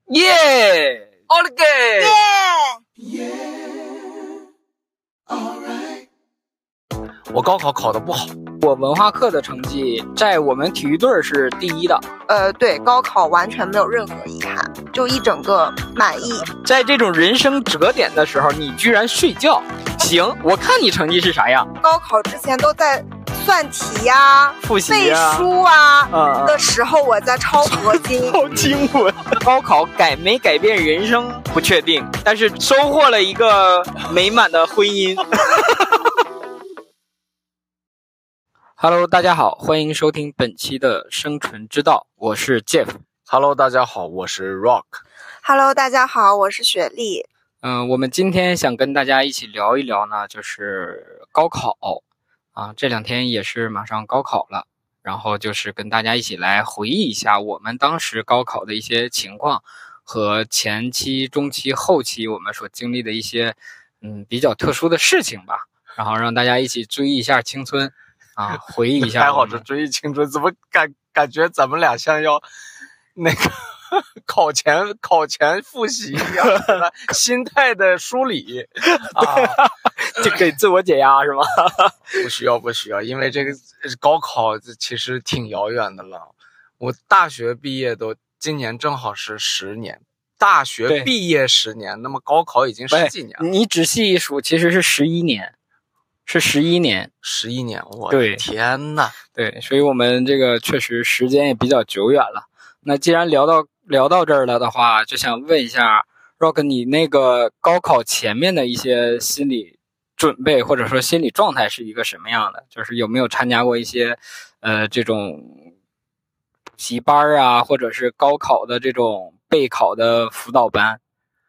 耶！奥利给！ 耶！ 我高考考得不好，我文化课的成绩在我们体育队是第一的。 对，高考完全没有任何遗憾，就一整个满意。 在这种人生折点的时候，你居然睡觉？行，我看你成绩是啥样。 高考之前都在算题呀、 复习背书的时候，我在抄核心。 抄经文。高考改没改变人生不确定，但是收获了一个美满的婚姻。Hello， 大家好，欢迎收听本期的生存之道，我是 Jeff。Hello， 大家好，我是 Rock。Hello， 大家好，我是雪莉。 我们今天想跟大家一起聊一聊呢，就是高考啊，这两天也是马上高考了，然后就是跟大家一起来回忆一下我们当时高考的一些情况和前期、中期、后期我们所经历的一些比较特殊的事情吧，然后让大家一起追忆一下青春啊，回忆一下。 还好这追忆青春，怎么感觉咱们俩像要那个考前复习一样的心态的梳理啊， 就可以自我解压是吗？ 不需要，因为这个高考其实挺遥远的了。我大学毕业今年正好是10年，大学毕业10年，那么高考已经10几年了。 你仔细一数，其实是11年。是11年 ，11年，我的天呐！ 对，所以我们这个确实时间也比较久远了。那既然聊到这儿了的话，就想问一下 Rock， 你那个高考前面的一些心理准备或者说心理状态是一个什么样的？就是有没有参加过一些这种补习班啊，或者是高考的这种备考的辅导班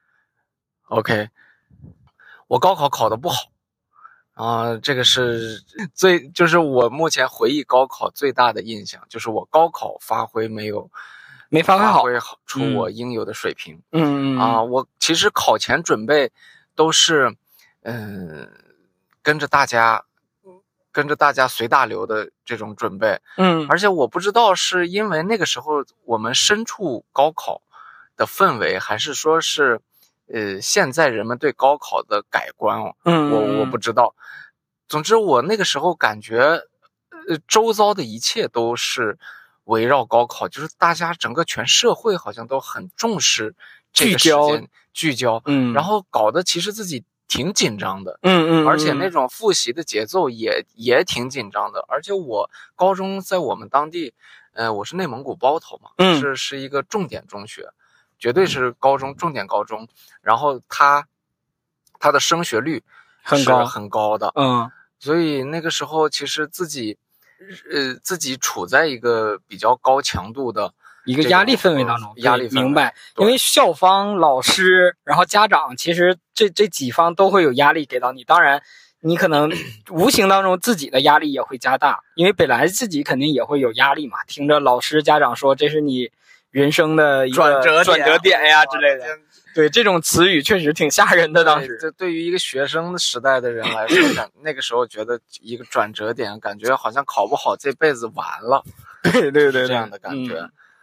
？OK， 我高考考得不好。这个是就是我目前回忆高考最大的印象，就是我高考发挥没发挥好出我应有的水平。我其实考前准备都是跟着大家随大流的这种准备。而且我不知道是因为那个时候我们身处高考的氛围，还是说是现在人们对高考的改观我不知道。总之我那个时候感觉周遭的一切都是围绕高考，就是大家整个全社会好像都很重视这个时间聚焦，然后搞得其实自己挺紧张的。而且那种复习的节奏也挺紧张的。而且我高中在我们当地我是内蒙古包头嘛，是一个重点中学，绝对是重点高中，然后它的升学率是很高的。所以那个时候其实自己处在一个比较高强度的一个压力氛围当中。 压力氛围， 明白。因为校方、老师，然后家长，其实这几方都会有压力给到你。当然你可能无形当中自己的压力也会加大，因为本来自己肯定也会有压力嘛，听着老师家长说这是你人生的一个转折点呀之类的。对，这种词语确实挺吓人的。当时这对于一个学生时代的人来说，那个时候觉得一个转折点，感觉好像考不好这辈子完了。 对， 这样的感觉。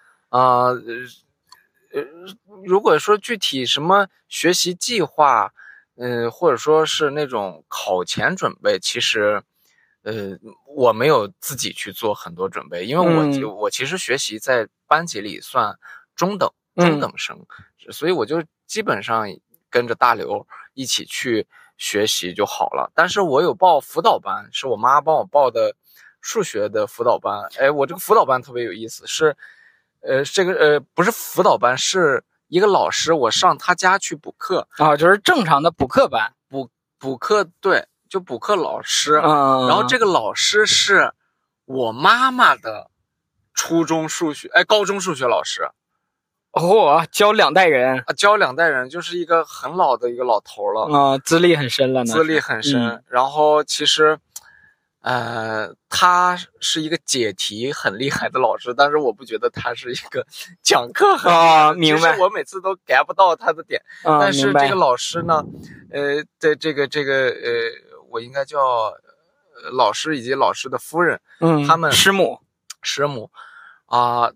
如果说具体什么学习计划，或者说是那种考前准备，其实我没有自己去做很多准备，因为我其实学习在班级里算中等生，所以我就基本上跟着大流一起去学习就好了。但是我有报辅导班，是我妈帮我报的数学的辅导班。我这个辅导班特别有意思，是不是辅导班，是一个老师，我上他家去补课就是正常的补课班， 补课，对，就补课老师。然后这个老师是我妈妈的高中数学老师。 教2代人教2代人，就是一个很老的一个老头了资历很深了呢。 资历很深。然后其实他是一个解题很厉害的老师，但是我不觉得他是一个讲课很厉害明白。 其实我每次都 get 不到他的点。但是这个老师呢的这个我应该叫老师以及老师的夫人，他们师母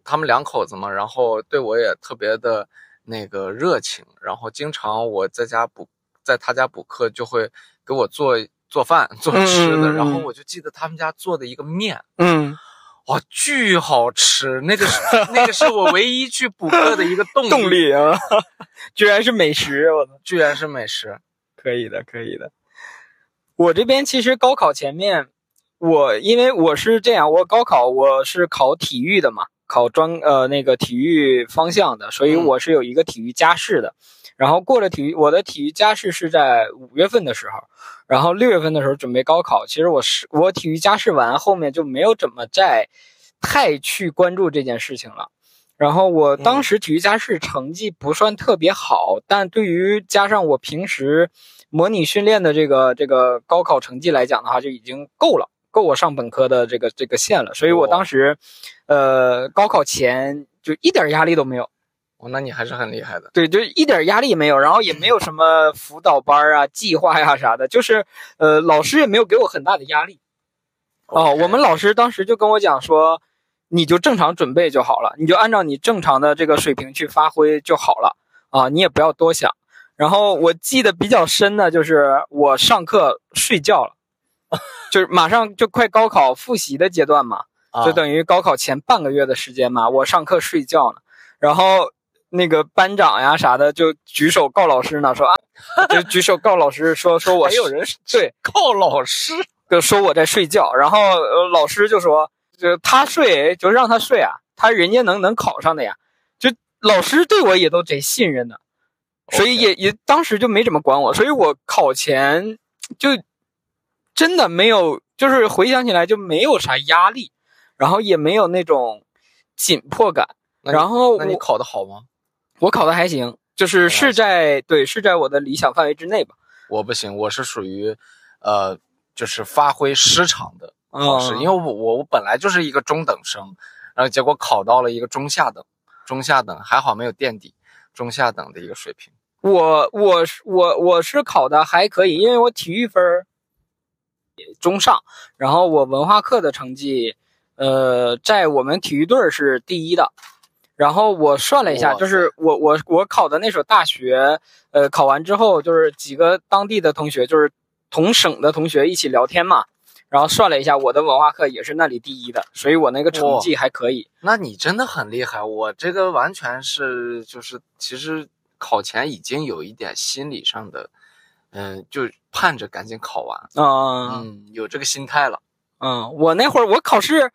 他们两口子嘛，然后对我也特别的那个热情，然后经常我在他家补课就会给我做饭做吃的，然后我就记得他们家做的一个面，哇，巨好吃！那个是我唯一去补课的一个动力啊，居然是美食， 居然是美食， 可以的。我这边其实高考前面，因为我是这样，我高考我是考体育的嘛，考那个体育方向的，所以我是有一个体育加试的。然后过了我的体育加试是在5月份的时候，然后6月份的时候准备高考。其实我体育加试完后面就没有怎么太去关注这件事情了。然后我当时体育加试成绩不算特别好，但对于加上我平时模拟训练的这个高考成绩来讲的话，就已经够我上本科的这个线了。所以我当时高考前就一点压力都没有。 那你还是很厉害的。 对，就一点压力也没有，然后也没有什么辅导班啊、计划呀啥的，就是老师也没有给我很大的压力。我们老师当时就跟我讲说，你就正常准备就好了，你就按照你正常的这个水平去发挥就好了啊，你也不要多想。然后我记得比较深的就是我上课睡觉了，就是马上就快高考复习的阶段嘛，就等于高考前半个月的时间嘛，我上课睡觉呢，然后那个班长呀啥的就举手告老师呢，说就举手告老师说我还有人对告老师， 就说我在睡觉，然后老师就说就他睡就让他睡啊，人家能考上的呀，就老师对我也都贼信任的，所以也当时就没怎么管我，所以我考前就真的没有，就是回想起来就没有啥压力，然后也没有那种紧迫感。然后那你考得好吗？ 我考得还行，就是是在我的理想范围之内吧。 我不行，我是属于就是发挥失常的考试，因为我本来就是一个中等生，然后结果考到了一个中下等，还好没有垫底，中下等的一个水平。 我是考的还可以，因为我体育分中上，然后我文化课的成绩在我们体育队是第一的。然后我算了一下，就是我考的那所大学，考完之后就是几个当地的同学，就是同省的同学一起聊天嘛，然后算了一下，我的文化课也是那里第一的，所以我那个成绩还可以。 那你真的很厉害，我这个完全是就是其实考前已经有一点心理上的，就盼着赶紧考完，有这个心态了。 我那会儿我考试，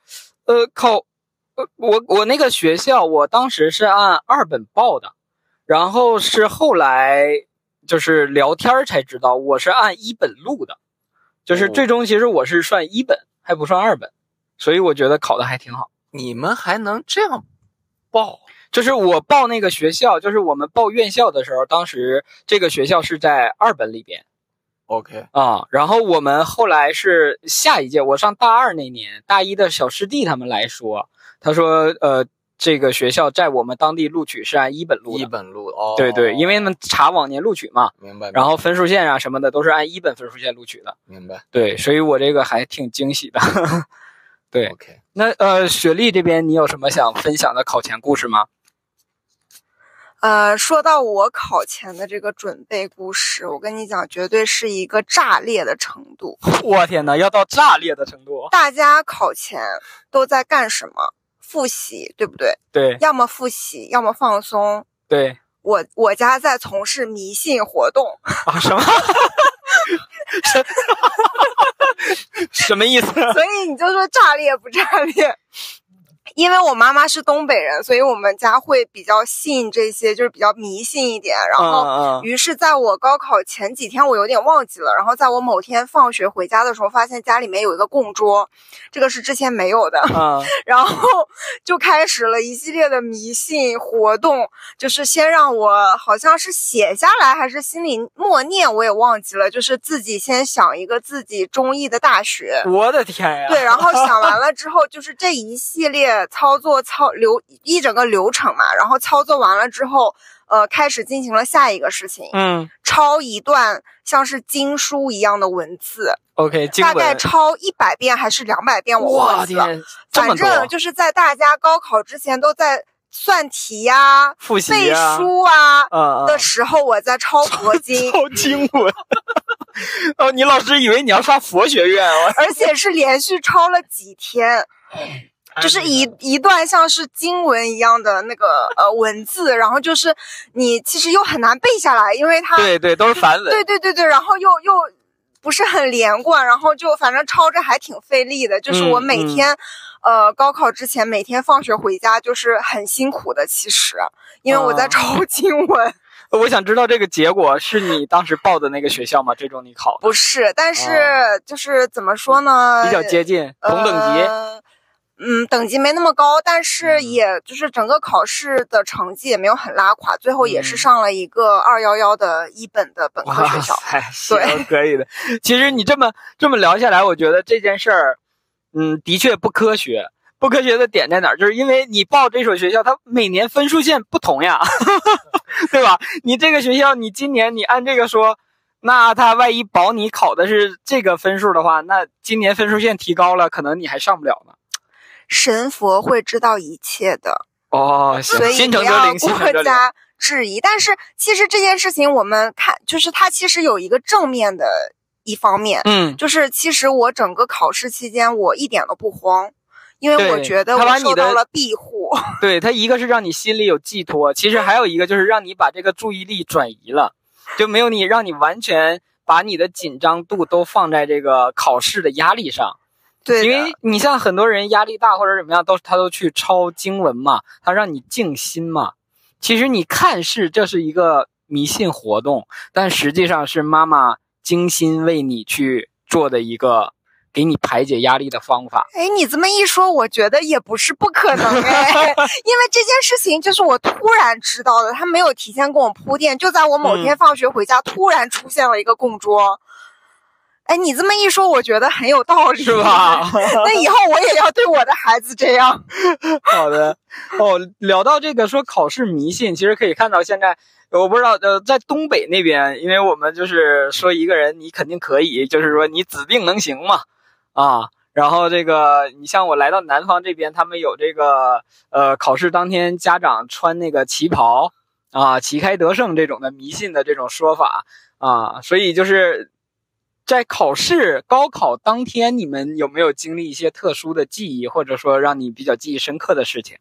我那个学校，我当时是按2本报的，然后是后来就是聊天才知道我是按1本录的，就是最终其实我是算1本，还不算2本，所以我觉得考的还挺好。 你们还能这样报？ 就是我报那个学校，就是我们报院校的时候，当时这个学校是在2本里边。 OK 然后我们后来是下一届，我上大2那年，大1的小师弟他们来说，他说这个学校在我们当地录取是按1本录的。 1本录对，因为他们查往年录取嘛。 明白。 然后分数线啊什么的都是按1本分数线录取的。 明白。 对，所以我这个还挺惊喜的。对。 OK。 那雪莉这边你有什么想分享的考前故事吗？ 说到我考前的这个准备故事，我跟你讲，绝对是一个炸裂的程度。 我天哪，要到炸裂的程度！ 大家考前都在干什么？复习，对不对？ 对。 要么复习，要么放松。 对。 我家在从事迷信活动。 什么？什么意思？ 所以你就说炸裂不炸裂？因为我妈妈是东北人，所以我们家会比较信这些，就是比较迷信一点。然后于是在我高考前几天，我有点忘记了，然后在我某天放学回家的时候，发现家里面有一个供桌，这个是之前没有的。然后就开始了一系列的迷信活动，就是先让我好像是写下来还是心里默念，我也忘记了，就是自己先想一个自己中意的大学。 我的天呀！ 对，然后想完了之后，就是这一系列一整个流程嘛，然后操作完了之后， 开始进行了下一个事情，抄一段像是经书一样的文字。 OK， 大概抄100遍还是200遍，我忘记了。反正就是在大家高考之前都在算题呀、 复习背书啊的时候，我在抄佛经。 抄经文。哦，你老师以为你要上佛学院哦。 而且是连续抄了几天。就是一段像是经文一样的那个文字，然后就是你其实又很难背下来，因为它对都是梵文。 对，然后又不是很连贯，然后就反正抄着还挺费力的。就是我每天高考之前每天放学回家就是很辛苦的，其实因为我在抄经文。 我想知道这个结果是你当时报的那个学校吗？这种你考不是，但是就是怎么说呢， 比较接近同等级。 等级没那么高，但是也就是整个考试的成绩也没有很拉垮，最后也是上了一个211的一本的本科学校。 对，可以的。其实你这么聊下来，我觉得这件事儿，的确不科学。不科学的点在哪儿？就是因为你报这所学校，它每年分数线不同呀，对吧？你这个学校，你今年你按这个说，那他万一保你考的是这个分数的话，那今年分数线提高了，可能你还上不了呢。 神佛会知道一切的哦， 所以不要过加质疑。但是其实这件事情我们看，就是它其实有一个正面的一方面，就是其实我整个考试期间我一点都不慌，因为我觉得我受到了庇护。 对，它一个是让你心里有寄托，其实还有一个就是让你把这个注意力转移了，就没有让你完全把你的紧张度都放在这个考试的压力上。 对， 因为你像很多人压力大或者怎么样，他都去抄经文嘛，他让你静心嘛。其实你看似这是一个迷信活动，但实际上是妈妈精心为你去做的一个给你排解压力的方法。 你这么一说，我觉得也不是不可能因为这件事情就是我突然知道的，他没有提前跟我铺垫，就在我某天放学回家，突然出现了一个供桌。你这么一说，我觉得很有道理， 是吧？ 那以后我也要对我的孩子这样。 好的。聊到这个说考试迷信，其实可以看到现在，我不知道在东北那边，因为我们就是说一个人你肯定可以，就是说你指定能行嘛，然后这个你像我来到南方这边，他们有这个考试当天家长穿那个旗袍旗开得胜这种的迷信的这种说法所以就是在高考当天，你们有没有经历一些特殊的记忆，或者说让你比较记忆深刻的事情？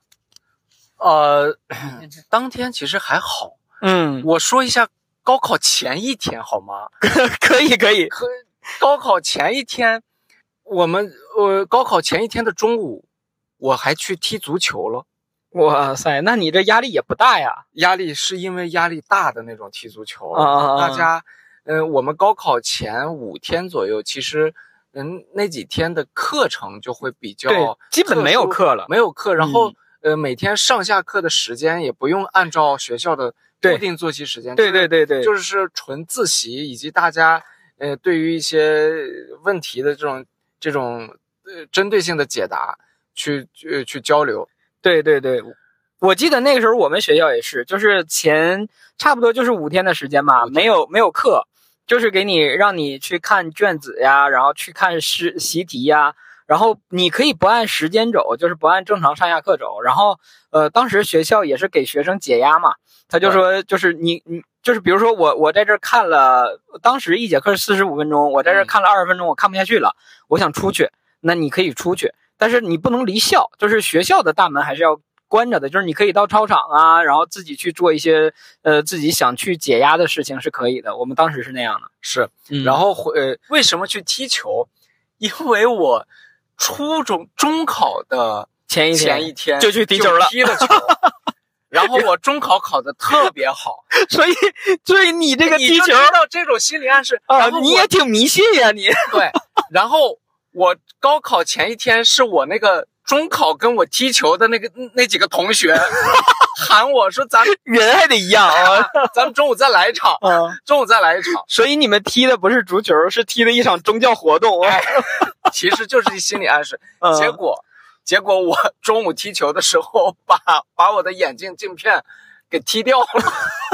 当天其实还好。我说一下高考前一天好吗？ 可以。 高考前一天，高考前一天的中午，我还去踢足球了。 哇塞，那你这压力也不大呀？ 压力是因为压力大的那种踢足球。大家。我们高考前5天左右，其实，那几天的课程就会比较， 对，基本没有课了， 没有课。然后，每天上下课的时间也不用按照学校的固定作息时间， 对， 就是纯自习，以及大家，对于一些问题的这种针对性的解答，去交流。 对，我记得那个时候我们学校也是，就是差不多就是5天的时间吧，没有课。就是让你去看卷子呀，然后去看习题呀，然后你可以不按时间走，就是不按正常上下课走。然后当时学校也是给学生解压嘛，他就说就是你就是比如说我在这儿看了，当时一节课是45分钟，我在这儿看了20分钟，我看不下去了，我想出去，那你可以出去，但是你不能离校，就是学校的大门还是要关着的，就是你可以到操场然后自己去做一些自己想去解压的事情是可以的。我们当时是那样的。 是，然后为什么去踢球？因为我中考的前一天就去踢球了， 踢了球。然后我中考考得特别好， 所以你这个踢球， 你就知道这种心理暗示你也挺迷信呀你。 对，然后我高考前一天是我那个中考跟我踢球的那几个同学喊我说咱人还得一样咱们中午再来一场中午再来一场。 所以你们踢的不是足球，是踢了一场宗教活动其实就是一心理暗示。结果我中午踢球的时候把我的眼镜镜片给踢掉了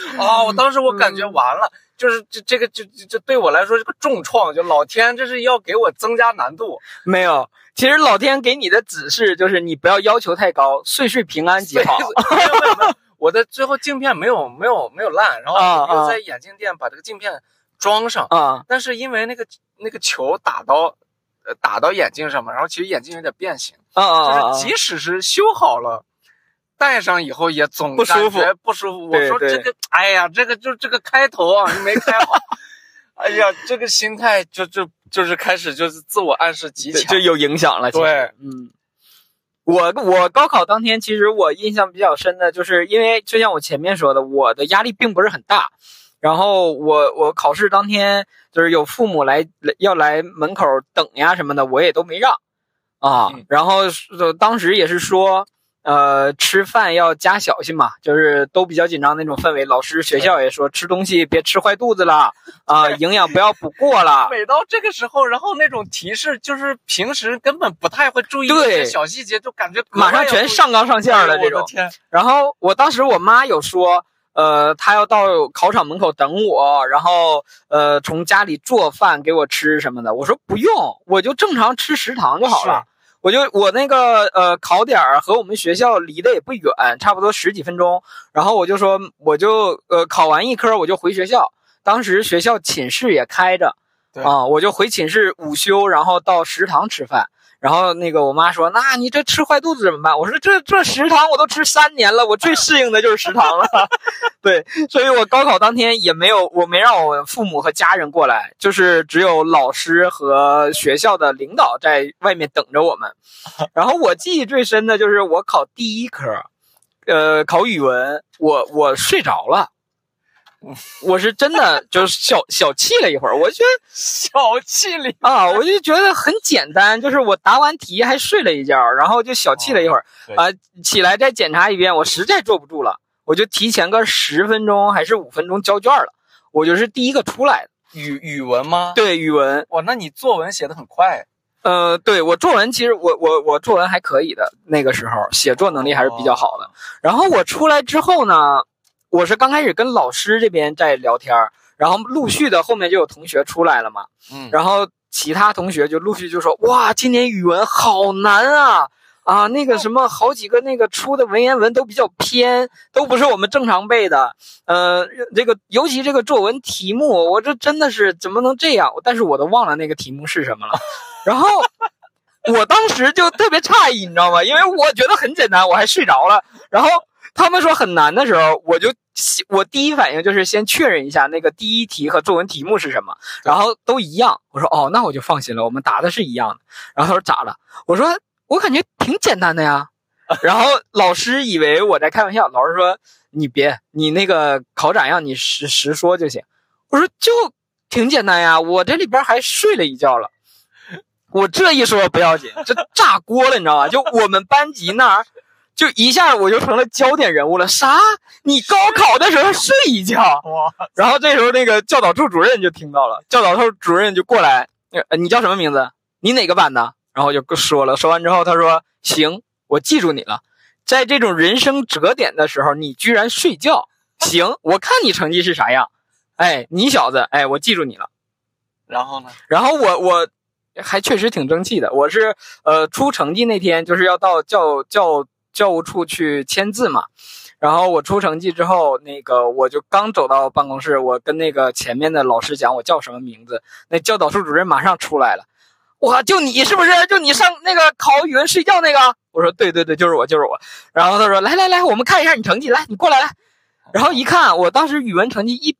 我当时我感觉完了，就是这对我来说是个重创，就老天这是要给我增加难度。 没有，其实老天给你的指示就是你不要求太高，岁岁平安即好。 没有，我的最后镜片没有烂，然后我又在眼镜店把这个镜片装上但是因为那个球打到眼镜上嘛，然后其实眼镜有点变形就是即使是修好了戴上以后也总不舒服。 我说这个哎呀，这个就这个开头啊你没开好哎呀，这个心态就是开始就是自我暗示极强， 就有影响了。 对， 我高考当天，其实我印象比较深的，就是因为就像我前面说的，我的压力并不是很大。然后我考试当天就是有父母要来门口等呀什么的，我也都没让然后当时也是说吃饭要加小心嘛，就是都比较紧张那种氛围。老师学校也说吃东西别吃坏肚子了营养不要补过了。 每到这个时候，然后那种提示就是平时根本不太会注意这些小细节，就感觉马上全上纲上线了这种。然后当时我妈有说她要到考场门口等我，然后从家里做饭给我吃什么的。我说不用，我就正常吃食堂就好了。我那个考点和我们学校离得也不远，差不多10几分钟。然后我就说考完一科我就回学校，当时学校寝室也开着我就回寝室午休，然后到食堂吃饭。然后那个我妈说，那你这吃坏肚子怎么办？我说这食堂我都吃3年了，我最适应的就是食堂了对，所以我高考当天我没让我父母和家人过来，就是只有老师和学校的领导在外面等着我们。然后我记忆最深的就是我考第1科考语文，我睡着了。我是真的就是小气了一会儿，我觉得小气了我就觉得很简单，就是我答完题还睡了一觉，然后就小气了一会儿起来再检查一遍，我实在坐不住了，我就提前个10分钟还是5分钟交卷了，我就是第一个出来的。 语文吗？ 对，语文。 哇，那你作文写得很快。 对，我作文其实我作文还可以的，那个时候写作能力还是比较好的。然后我出来之后呢，我是刚开始跟老师这边在聊天，然后陆续的后面就有同学出来了嘛，然后其他同学就陆续就说，哇，今年语文好难那个什么好几个那个出的文言文都比较偏，都不是我们正常背的，这个尤其这个作文题目，我这真的是怎么能这样？但是我都忘了那个题目是什么了。然后我当时就特别诧异，你知道吗？因为我觉得很简单，我还睡着了。然后他们说很难的时候，我第一反应就是先确认一下那个第一题和作文题目是什么，然后都一样。我说那我就放心了，我们答的是一样的。然后他说咋了？我说我感觉挺简单的呀。然后老师以为我在开玩笑，老师说你那个考咋样，你实说就行。我说就挺简单呀，我这里边还睡了一觉了。我这一说不要紧，这炸锅了，你知道吗？就我们班级那儿就一下我就成了焦点人物了。啥？你高考的时候睡一觉？然后这时候那个教导处主任就听到了，教导处主任就过来，你叫什么名字？你哪个班的？然后就说了，说完之后他说，行，我记住你了，在这种人生折点的时候你居然睡觉，行，我看你成绩是啥样。你小子，我记住你了。 然后呢？ 然后我还确实挺争气的，我是出成绩那天就是要到教务处去签字嘛，然后我出成绩之后，那个我就刚走到办公室，我跟那个前面的老师讲我叫什么名字，那教导处主任马上出来了，哇，就你是不是？就你上那个考语文睡觉那个？我说对，就是我。然后他说来，我们看一下你成绩，来，你过来。然后一看，我当时语文成绩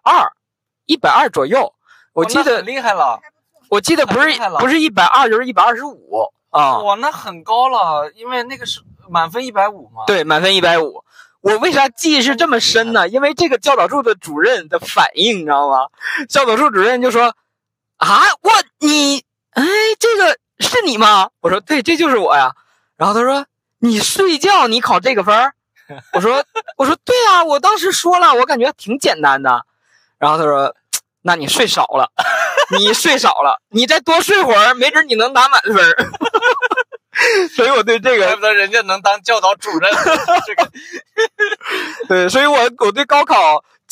120左右，我记得很厉害了。 我记得不是120就是125 哇，那很高了，因为那个是满分150嘛。 对，满分150。我为啥记忆是这么深呢？因为这个教导处的主任的反应，你知道吗？教导处主任就说你这个是你吗？我说对，这就是我呀。然后他说你睡觉你考这个分？我说对啊，我当时说了，我感觉挺简单的。然后他说那你睡少了，你再多睡会儿，没准你能拿满分。所以我对这个， 怪不得人家能当教导主任。这个， 对，所以我对高考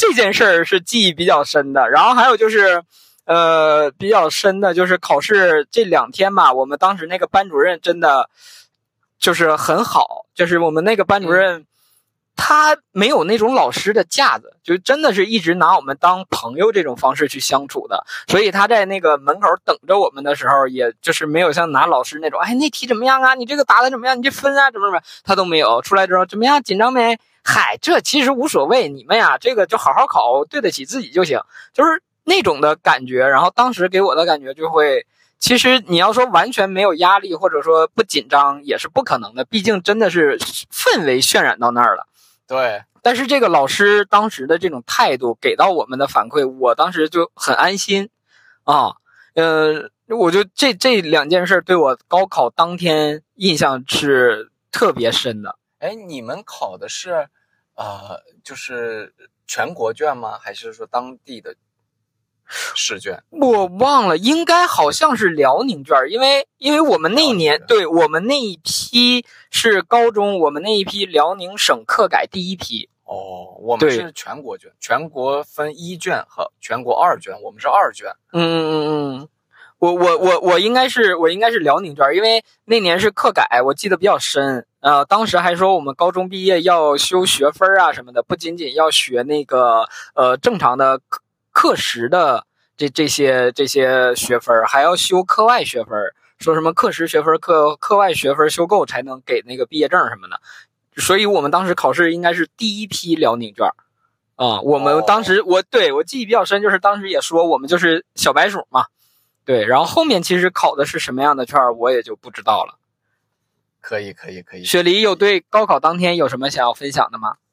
这件事儿是记忆比较深的。然后还有就是比较深的就是考试这2天吧，我们当时那个班主任真的就是很好，就是我们那个班主任他没有那种老师的架子，就真的是一直拿我们当朋友这种方式去相处的。所以他在那个门口等着我们的时候，也就是没有像拿老师那种，哎，那题怎么样啊？你这个答的怎么样？你这分啊怎么，他都没有。出来之后怎么样？紧张没？嗨，这其实无所谓，你们呀，这个就好好考，对得起自己就行，就是那种的感觉。然后当时给我的感觉就会，其实你要说完全没有压力或者说不紧张也是不可能的，毕竟真的是氛围渲染到那儿了。 对， 但是这个老师当时的这种态度给到我们的反馈，我当时就很安心啊。我就这2件事对我高考当天印象是特别深的。 哎，你们考的是就是全国卷吗？还是说当地的试卷？ 我忘了，应该好像是辽宁卷，因为我们那一年，对，我们那一批是高中，我们那一批辽宁省课改第1批。 哦，我们是全国卷，全国分1卷和全国2卷，我们是2卷。 我应该是辽宁卷，因为那年是课改，我记得比较深。当时还说我们高中毕业要修学分啊什么的，不仅仅要学那个正常的课时的这些学分，还要修课外学分，说什么课时学分、课外学分修够才能给那个毕业证什么的。所以我们当时考试应该是第1批辽宁卷啊。我们当时我记忆比较深，就是当时也说我们就是小白鼠嘛。对，然后后面其实考的是什么样的卷我也就不知道了。 可以。 雪梨有对高考当天有什么想要分享的吗？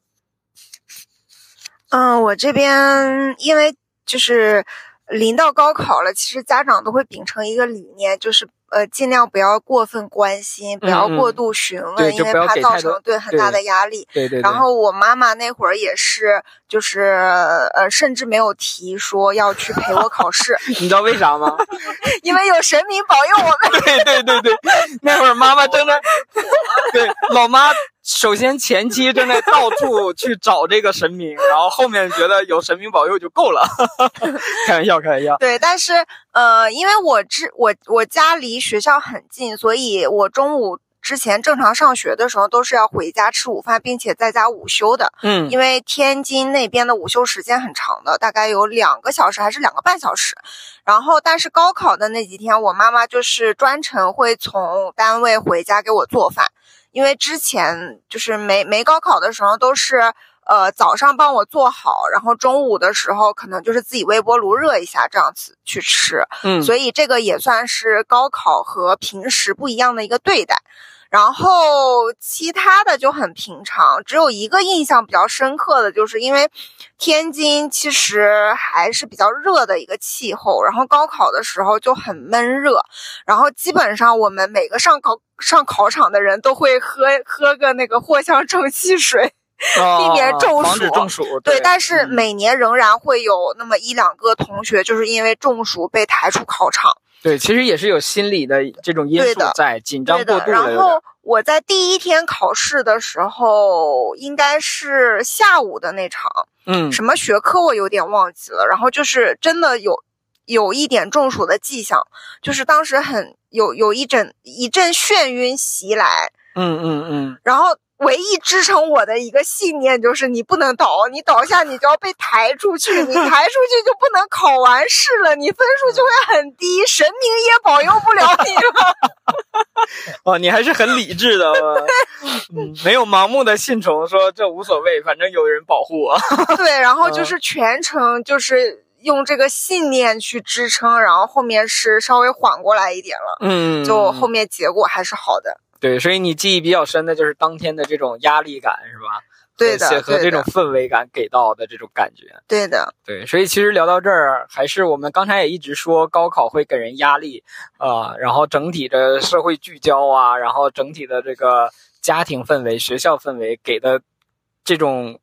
我这边因为就是临到高考了，其实家长都会秉承一个理念，就是尽量不要过分关心，不要过度询问，因为怕造成对很大的压力。 对。 然后我妈妈那会儿也是，就是甚至没有提说要去陪我考试。 你知道为啥吗？ 因为有神明保佑我们。 对，那会儿妈妈正在，对，老妈首先前期正在到处去找这个神明，然后后面觉得有神明保佑就够了。开玩笑。 对，但是因为我家离学校很近，所以我中午之前正常上学的时候都是要回家吃午饭，并且在家午休的。因为天津那边的午休时间很长的，大概有2个小时还是2个半小时。然后但是高考的那几天，我妈妈就是专程会从单位回家给我做饭，因为之前就是没高考的时候都是早上帮我做好，然后中午的时候可能就是自己微波炉热一下这样子去吃。所以这个也算是高考和平时不一样的一个对待。然后其他的就很平常，只有一个印象比较深刻的，就是因为天津其实还是比较热的一个气候，然后高考的时候就很闷热，然后基本上我们每个上考场的人都会喝个那个藿香正气水，避免中暑， 防止中暑。 对，但是每年仍然会有那么1-2个同学就是因为中暑被抬出考场。 对，其实也是有心理的这种因素在，紧张过度了。 然后我在第1天考试的时候，应该是下午的那场，什么学科我有点忘记了。然后就是真的有一点中暑的迹象，就是当时有一阵眩晕袭来。然后唯一支撑我的一个信念就是你不能倒，你倒下你就要被抬出去，你抬出去就不能考完试了，你分数就会很低，神明也保佑不了你了。 你还是很理智的。没有盲目的信从说这无所谓，反正有人保护我。 对，然后就是全程就是用这个信念去支撑，然后后面是稍微缓过来一点了。就后面结果还是好的。 对，所以你记忆比较深的就是当天的这种压力感，是吧？ 对的， 和这种氛围感给到的这种感觉。 对的， 对，所以其实聊到这儿，还是我们刚才也一直说高考会给人压力然后整体的社会聚焦啊，然后整体的这个家庭氛围、学校氛围给的这种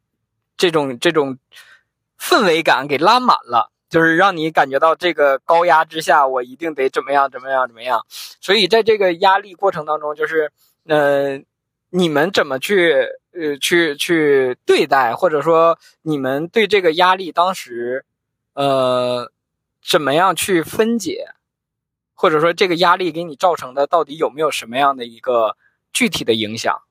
氛围感给拉满了。就是让你感觉到这个高压之下，我一定得怎么样。所以在这个压力过程当中，就是你们怎么去对待，或者说你们对这个压力当时怎么样去分解，或者说这个压力给你造成的到底有没有什么样的一个具体的影响？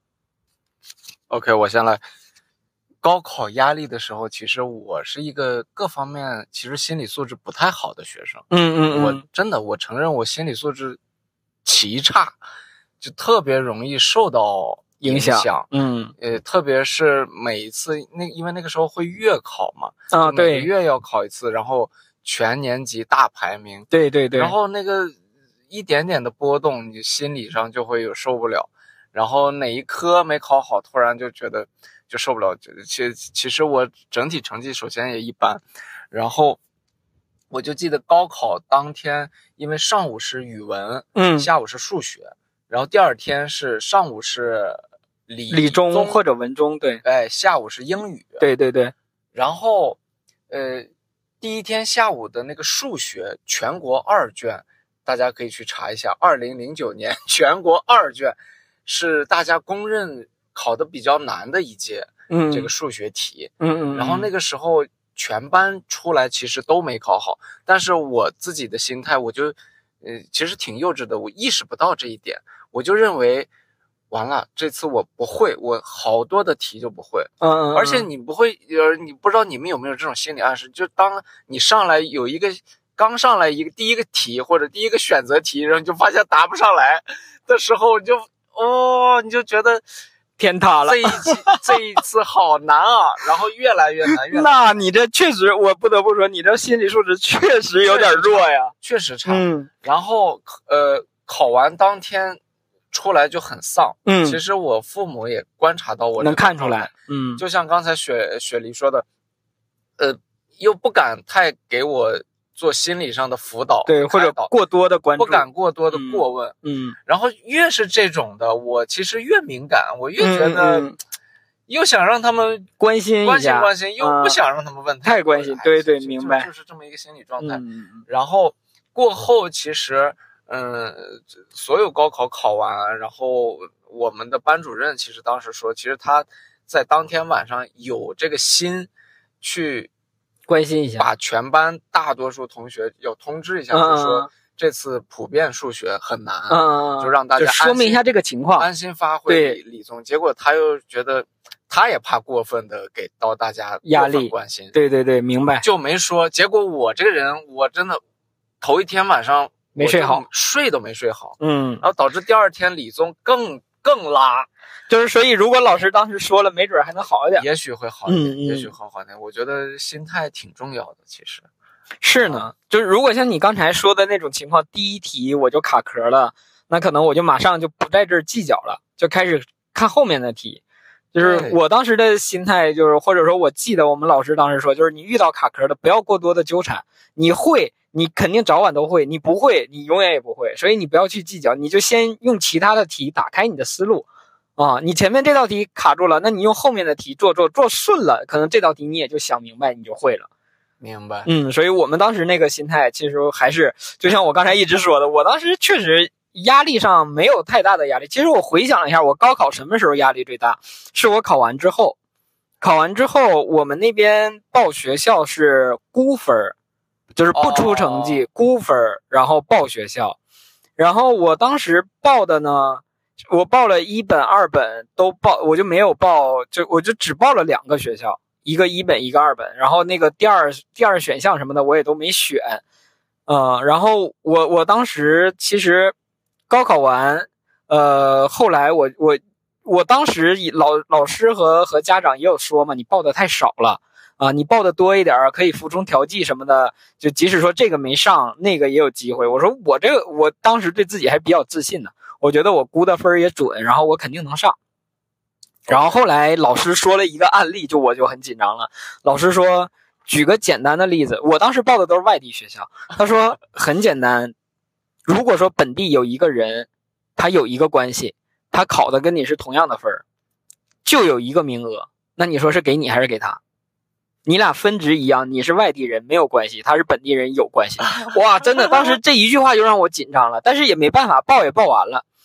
OK， 我先来。高考压力的时候，其实我是一个各方面其实心理素质不太好的学生。我承认我心理素质奇差，就特别容易受到影响。特别是每一次因为那个时候会月考嘛，每个月要考一次，然后全年级大排名。 对， 然后那个一点点的波动，你心理上就会有受不了。然后哪一科没考好，突然就觉得就受不了。其实我整体成绩首先也一般，然后我就记得高考当天，因为上午是语文，下午是数学，然后第二天是上午是理综或者文综，对， 下午是英语， 对， 然后第一天下午的那个数学全国2卷，大家可以去查一下，2009年全国2卷是大家公认考的比较难的一届，这个数学题，然后那个时候全班出来其实都没考好，但是我自己的心态我就其实挺幼稚的，我意识不到这一点，我就认为完了，这次我不会，我好多的题就不会。而且你不会，你不知道你们有没有这种心理暗示，就当你上来刚上来第一个题或者第一个选择题，然后你就发现答不上来的时候，你就觉得天塌了， 这一次好难啊，然后越来越难。 那你这确实，我不得不说，你这心理素质确实有点弱呀， 确实差。然后考完当天出来就很丧。其实我父母也观察到我， 能看出来。 就像刚才雪梨说的，又不敢太给我做心理上的辅导， 对，或者过多的关注， 不敢过多的过问。然后越是这种的，我其实越敏感，我越觉得又想让他们关心一下， 又不想让他们问太关心。对，明白， 就是这么一个心理状态。然后过后其实所有高考考完，然后我们的班主任其实当时说，其实他在当天晚上有这个心去关心一下， 把全班大多数同学要通知一下，就说这次普遍数学很难，就让大家就说明一下这个情况， 安心发挥理综。结果他又觉得他也怕过分的给到大家压力关心， 对，明白， 就没说。结果我这个人，我真的头一天晚上没睡好， 睡都没睡好，然后导致第二天理综更拉。 就是所以如果老师当时说了，没准还能好一点， 也许会好一点，也许会好一点。我觉得心态挺重要的，其实是呢。就是如果像你刚才说的那种情况，第一题我就卡壳了，那可能我就马上就不在这儿计较了，就开始看后面的题。就是我当时的心态就是，或者说我记得我们老师当时说，就是你遇到卡壳的不要过多的纠缠，你会你肯定早晚都会，你不会你永远也不会，所以你不要去计较，你就先用其他的题打开你的思路啊。你前面这道题卡住了，那你用后面的题做顺了，可能这道题你也就想明白，你就会了。 明白。 所以我们当时那个心态其实还是就像我刚才一直说的，我当时确实压力上没有太大的压力。其实我回想了一下，我高考什么时候压力最大，是我考完之后我们那边报学校是估分，就是不出成绩，估分然后报学校。然后我当时报的呢，我报了1本2本都报，我就没有报，我就只报了2个学校，一个1本一个2本，然后那个第二选项什么的我也都没选。然后我当时其实高考完，后来我当时老师和家长也有说嘛，你报的太少了啊，你报的多一点可以服从调剂什么的，就即使说这个没上，那个也有机会。我说我当时对自己还比较自信呢，我觉得我估的分也准，然后我肯定能上。然后后来老师说了一个案例，我就很紧张了。老师说举个简单的例子，我当时报的都是外地学校，他说很简单，如果说本地有一个人，他有一个关系，他考的跟你是同样的分，就有一个名额，那你说是给你还是给他？你俩分值一样，你是外地人没有关系，他是本地人有关系。哇，真的，当时这一句话就让我紧张了，但是也没办法，报也报完了。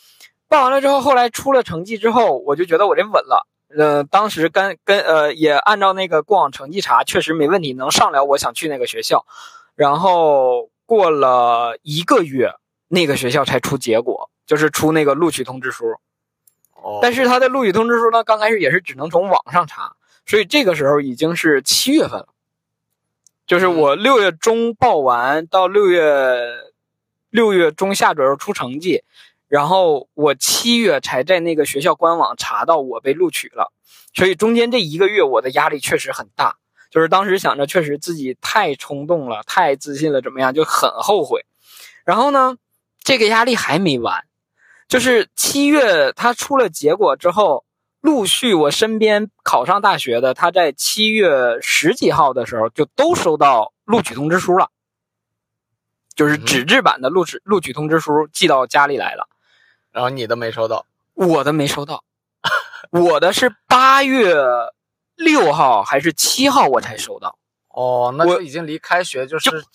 报完了之后，后来出了成绩之后，我就觉得我这稳了。当时也按照那个过往成绩查，确实没问题，能上了我想去那个学校。然后过了1个月，那个学校才出结果，就是出那个录取通知书。但是他的录取通知书呢，刚开始也是只能从网上查，所以这个时候已经是7月份了。就是我6月中报完，到6月中下左右出成绩，然后我7月才在那个学校官网查到我被录取了。所以中间这1个月我的压力确实很大，就是当时想着确实自己太冲动了，太自信了，怎么样，就很后悔。然后呢，这个压力还没完，就是7月他出了结果之后，陆续我身边考上大学的，他在7月10几号的时候就都收到录取通知书了，就是纸质版的录取通知书寄到家里来了。 然后你的没收到？ 我的没收到，我的是8月6号还是7号我才收到。 哦，那就已经离开学就剩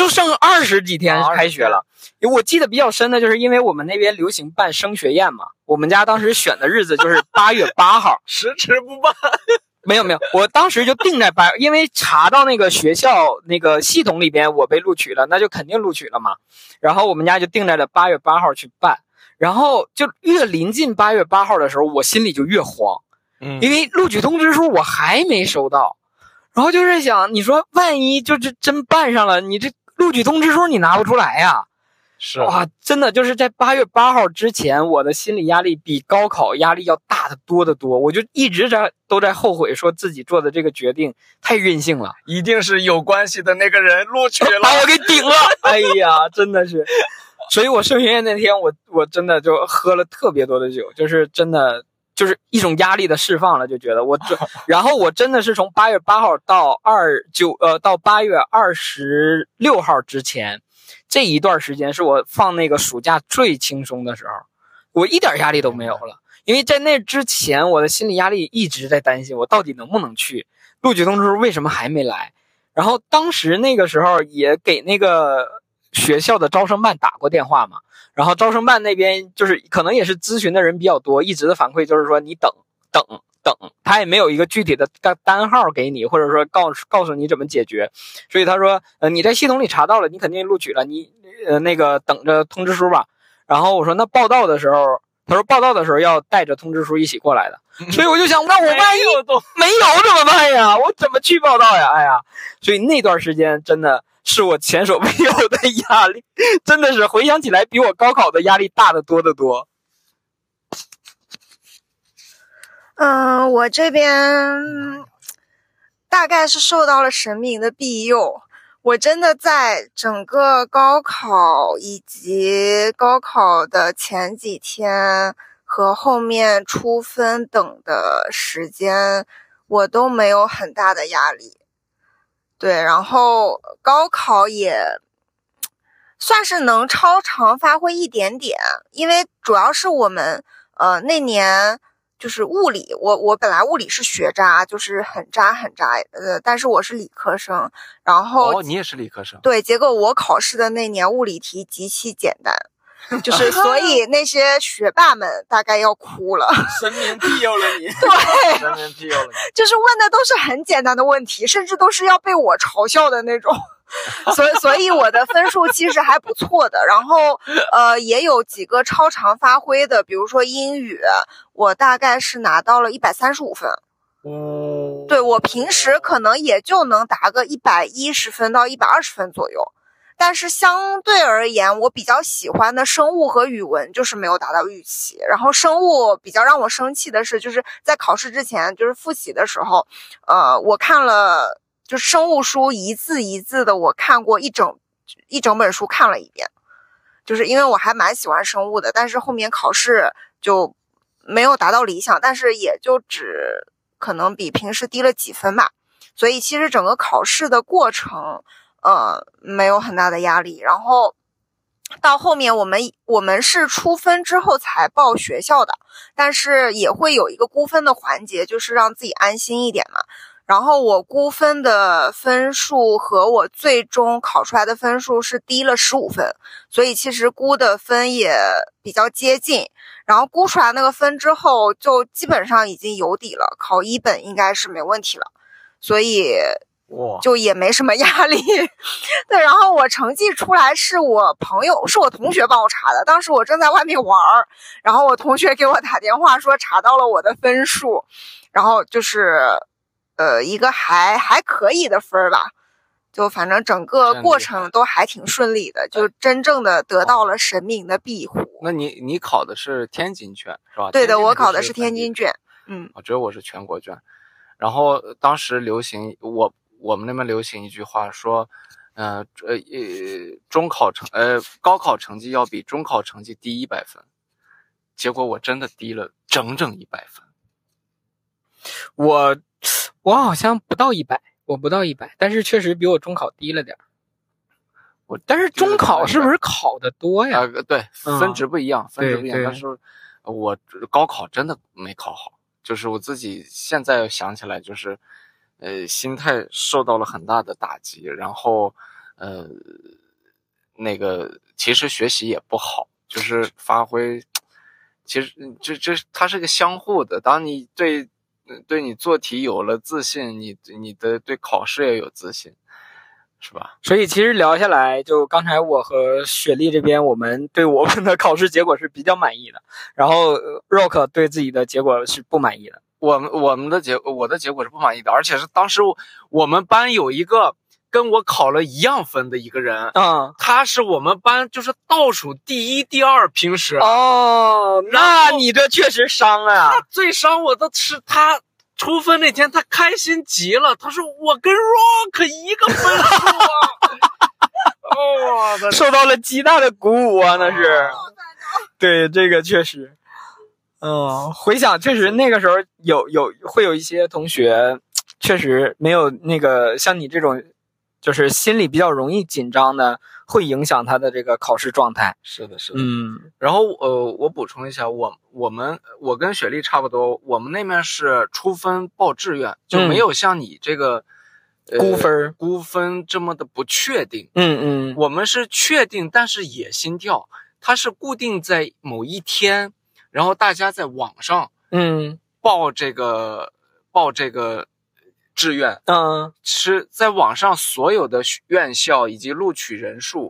20几天开学了。我记得比较深的就是因为我们那边流行办升学宴嘛，我们家当时选的日子就是8月8号， 迟迟不办。 没有，我当时就定在8月，因为查到那个学校那个系统里边我被录取了，那就肯定录取了嘛。然后我们家就定在了8月8号去办，然后就越临近8月8号的时候，我心里就越慌，因为录取通知书我还没收到。然后就是想，你说万一就是真办上了，你这录取通知书你拿不出来呀？ 是哇，真的就是在8月8号之前，我的心理压力比高考压力要大得多得多。我就一直都在后悔，说自己做的这个决定太任性了， 一定是有关系的那个人录取了， 把我给顶了。哎呀，真的是，所以我升学宴那天，我真的就喝了特别多的酒，就是真的。就是一种压力的释放了，就觉得然后我真的是从8月8号到8月26号之前，这一段时间是我放那个暑假最轻松的时候，我一点压力都没有了。因为在那之前，我的心理压力一直在担心我到底能不能去，录取通知书为什么还没来。然后当时那个时候也给那个学校的招生办打过电话嘛。然后招生办那边就是可能也是咨询的人比较多，一直的反馈就是说你等，他也没有一个具体的单号给你，或者说告诉你怎么解决。所以他说你在系统里查到了，你肯定录取了，你那个等着通知书吧。然后我说那报到的时候，他说报到的时候要带着通知书一起过来的。所以我就想，那我万一没有怎么办呀？我怎么去报到呀？哎呀，所以那段时间真的是我前所未有的压力，真的是回想起来比我高考的压力大得多得多。 我这边大概是受到了神明的庇佑，我真的在整个高考以及高考的前几天和后面出分等的时间，我都没有很大的压力。对，然后高考也算是能超常发挥一点点，因为主要是我们那年就是物理，我本来物理是学渣，就是很渣，但是我是理科生，然后你也是理科生？ 对，结果我考试的那年物理题极其简单。就是所以那些学霸们大概要哭了。 神明庇佑了你。 对， 神明庇佑了你。 就是问的都是很简单的问题，甚至都是要被我嘲笑的那种。所以我的分数其实还不错的，然后也有几个超常发挥的，比如说英语，我大概是拿到了135分。对，我平时可能也就能达个110分到120分左右。但是相对而言，我比较喜欢的生物和语文就是没有达到预期。然后生物比较让我生气的是，就是在考试之前，就是复习的时候，我看了就是生物书一字一字的，我看过一整本书看了一遍。就是因为我还蛮喜欢生物的，但是后面考试就没有达到理想，但是也就只可能比平时低了几分吧。所以其实整个考试的过程没有很大的压力。然后到后面我们是出分之后才报学校的，但是也会有一个估分的环节，就是让自己安心一点嘛。 然后我估分的分数和我最终考出来的分数是低了15分，所以其实估的分也比较接近。然后估出来那个分之后，就基本上已经有底了，考一本应该是没问题了，所以就也没什么压力。对，然后我成绩出来是我同学帮我查的，当时我正在外面玩，然后我同学给我打电话说查到了我的分数，然后就是一个还可以的分吧，就反正整个过程都还挺顺利的，就真正的得到了神明的庇护。 那你考的是天津卷是吧？ 对的，我考的是天津卷。 只有我是全国卷。然后当时流行我们那边流行一句话说，高考成绩要比中考成绩低100分，结果我真的低了整整100分。 我好像不到100，我不到100，但是确实比我中考低了点。但是中考是不是考的多呀？ 对，分值不一样，分值不一样。但是我高考真的没考好，就是我自己现在想起来，就是心态受到了很大的打击，然后那个其实学习也不好，就是发挥，其实这它是个相互的。当你对你做题有了自信，你的对考试也有自信，是吧？ 所以其实聊下来，就刚才我和雪莉这边，我们对我们的考试结果是比较满意的，然后 Rock 对自己的结果是不满意的。 我的结果是不满意的，而且是当时我们班有一个跟我考了一样分的一个人，他是我们班就是倒数第1、第2，平时。 那你这确实伤啊！ 他最伤我的是他出分那天，他开心极了，他说我跟 Rock 一个分数啊！ 受到了极大的鼓舞啊，那是。对，这个确实。回想确实那个时候会有一些同学确实没有那个像你这种就是心里比较容易紧张的，会影响他的这个考试状态。 是的。然后我补充一下，我跟雪莉差不多，我们那边是出分报志愿，就没有像你这个估分这么的不确定。我们是确定，但是也心跳，它是固定在某一天。然后大家在网上报这个志愿，是在网上所有的院校以及录取人数，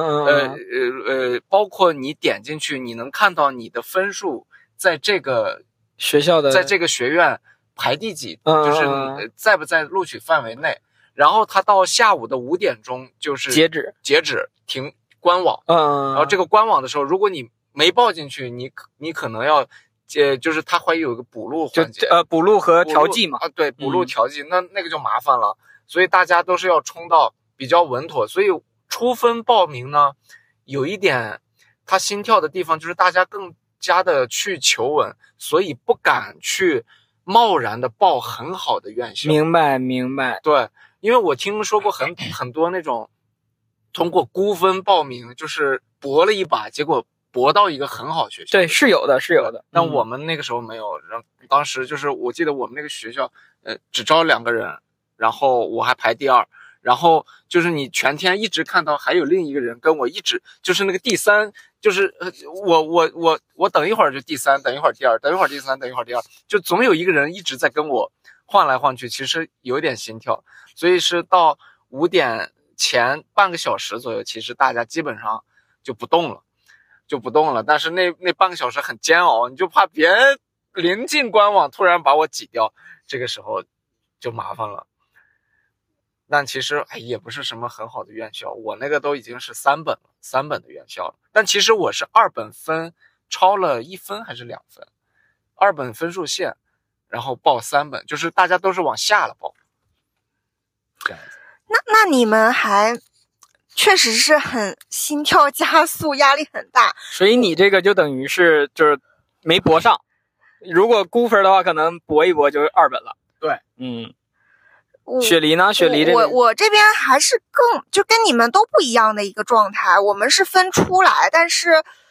包括你点进去，你能看到你的分数在这个学校的， 在这个学院排第几，就是在不在录取范围内。然后他到下午的5点钟就是截止停官网，然后这个官网的时候，如果你没报进去，你可能要，就是它会有一个补录环节， 补录和调剂嘛。 对，补录调剂，那个就麻烦了。所以大家都是要冲到比较稳妥。所以出分报名呢，有一点他心跳的地方就是大家更加的去求稳，所以不敢去贸然的报很好的院校。 明白。 对，因为我听说过很多那种通过估分报名，就是搏了一把，结果搏到一个很好学校。 对，是有的。 但我们那个时候没有，当时就是我记得我们那个学校，只招2个人，然后我还排第2，然后就是你全天一直看到还有另一个人跟我一直就是那个第3，就是我等一会儿就第3，等一会儿第2，等一会儿第3，等一会儿第2，就总有一个人一直在跟我换来换去，其实有点心跳。所以是到5点前半个小时左右，其实大家基本上就不动了。但是那半个小时很煎熬，你就怕别人临近官网突然把我挤掉，这个时候就麻烦了。但其实也不是什么很好的院校，我那个都已经是3本的院校了。但其实我是2本分超了1分还是2分，2本分数线，然后报3本，就是大家都是往下了报，这样子。 那你们还确实是很心跳加速，压力很大。 所以你这个就等于是就是没搏上，如果估分的话，可能搏一搏就是2本了。 对， 雪梨呢？雪梨我这边还是就跟你们都不一样的一个状态。我们是分出来，但是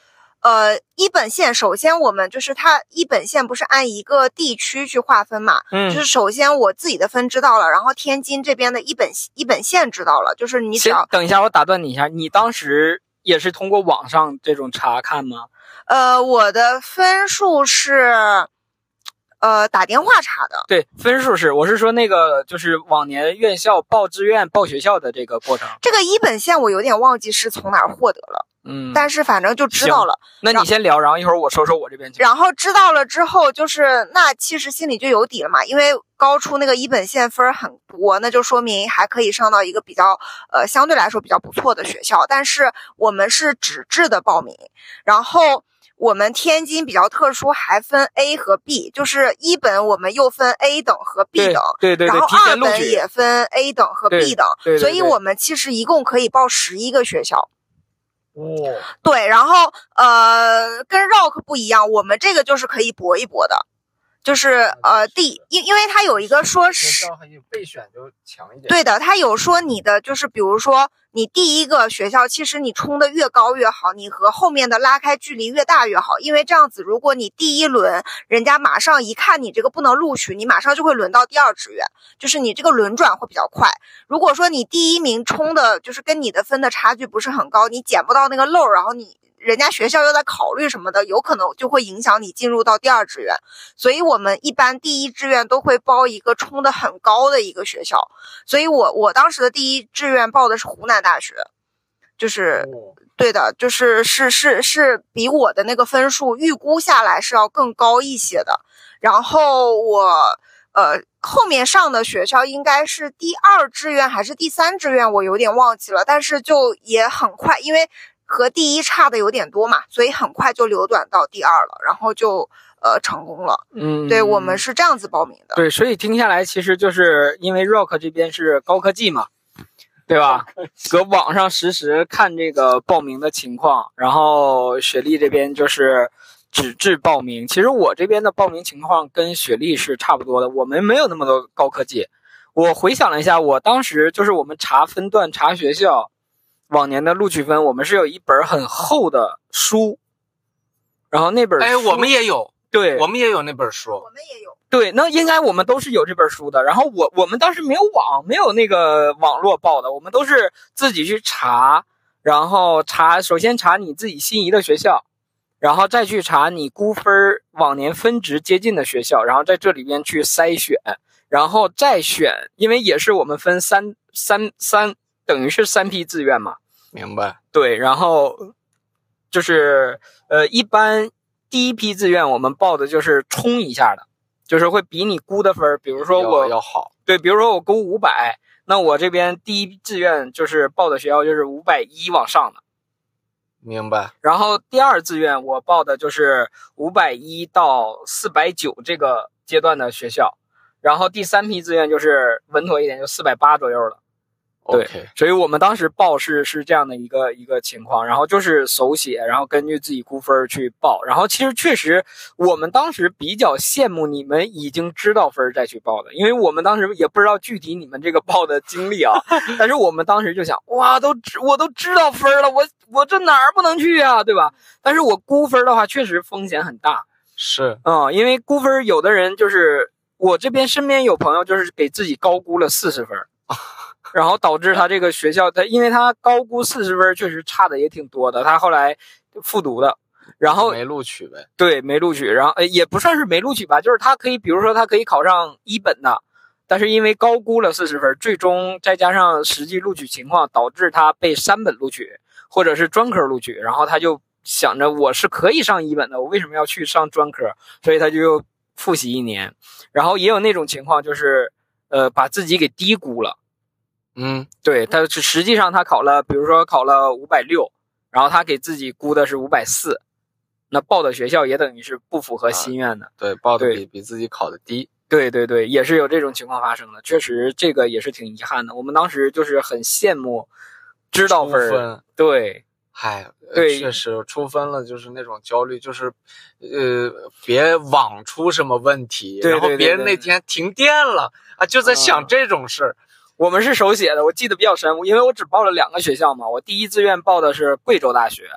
一本线首先我们就是它一本线不是按一个地区去划分嘛，就是首先我自己的分知道了，然后天津这边的一本线知道了，就是你只要等一下，我打断你一下，你当时也是通过网上这种查看吗？ 我的分数是打电话查的。 对，分数是，我是说那个就是往年院校报志愿报学校的这个过程。 这个一本线我有点忘记是从哪儿获得了。但是反正就知道了。 那你先聊，然后一会儿我说说我这边。 然后知道了之后，就是那其实心里就有底了嘛，因为高出那个一本线分很多，那就说明还可以上到一个比较相对来说比较不错的学校。但是我们是纸质的报名，然后我们天津比较特殊，还分 A 和 B， 就是一本我们又分 A 等和 B 等， 对， 然后二本也分 A 等和 B 等，所以我们其实一共可以报11个学校。对，然后跟 Rock 不一样，我们这个就是可以搏一搏的，就是因为它有一个说是备选就强一点。 对的，它有说你的就是比如说你第一个学校，其实你冲的越高越好，你和后面的拉开距离越大越好，因为这样子如果你第一轮人家马上一看你这个不能录取，你马上就会轮到第二志愿，就是你这个轮转会比较快。如果说你第一名冲的就是跟你的分的差距不是很高，你捡不到那个漏，然后人家学校又在考虑什么的，有可能就会影响你进入到第二志愿。所以我们一般第一志愿都会报一个冲的很高的一个学校，所以我当时的第一志愿报的是湖南大学，就是对的，就是是比我的那个分数预估下来是要更高一些的。然后我后面上的学校应该是第二志愿还是第三志愿，我有点忘记了，但是就也很快，因为和第一差的有点多嘛，所以很快就流转到第二了，然后就成功了。对，我们是这样子报名的。 对，所以听下来其实就是因为 Rock 这边是高科技嘛，对吧？搁网上实时看这个报名的情况，然后雪莉这边就是纸质报名。其实我这边的报名情况跟雪莉是差不多的，我们没有那么多高科技。我回想了一下，我当时就是我们查分段查学校往年的录取分，我们是有一本很厚的书，然后那本书我们也有， 对， 我们也有那本书， 我们也有。 对，那应该我们都是有这本书的。然后我们当时没有没有那个网络报的，我们都是自己去查，然后首先查你自己心仪的学校，然后再去查你估分往年分值接近的学校，然后在这里边去筛选，然后再选，因为也是我们分三等于是3批志愿嘛。 明白。 对，然后就是一般第一批志愿我们报的就是冲一下的，就是会比你估的分，比如说我要好。 对，比如说我估500，那我这边第一志愿就是报的学校就是510往上的。 明白。 然后第二志愿我报的就是510到490这个阶段的学校，然后第3批志愿就是稳妥一点，就480左右了。对， okay. 所以我们当时报是这样的一个情况，然后就是手写，然后根据自己估分去报。然后其实确实我们当时比较羡慕你们已经知道分再去报的，因为我们当时也不知道具体你们这个报的经历啊，但是我们当时就想，哇，我都知道分了，我这哪儿不能去啊，对吧？但是我估分的话确实风险很大。 是， 因为估分有的人就是我这边身边有朋友就是给自己高估了40分。然后导致他这个学校，因为他高估40分，确实差的也挺多的。他后来复读的，然后没录取呗。 对，没录取。然后也不算是没录取吧，就是他可以，比如说他可以考上一本的，但是因为高估了40分，最终再加上实际录取情况，导致他被3本录取，或者是专科录取。然后他就想着我是可以上一本的，我为什么要去上专科？所以他就又复习1年。然后也有那种情况，就是把自己给低估了。对，他实际上他考了，比如说考了560，然后他给自己估的是540，那报的学校也等于是不符合心愿的。 对，报的比自己考的低。 对，也是有这种情况发生的，确实这个也是挺遗憾的。我们当时就是很羡慕知道分。对， 对，确实出分了就是那种焦虑，就是别网出什么问题， 对， 然后别人那天停电了啊，就在想这种事。 我们是手写的，我记得比较深，因为我只报了2个学校嘛。我第一志愿报的是贵州大学，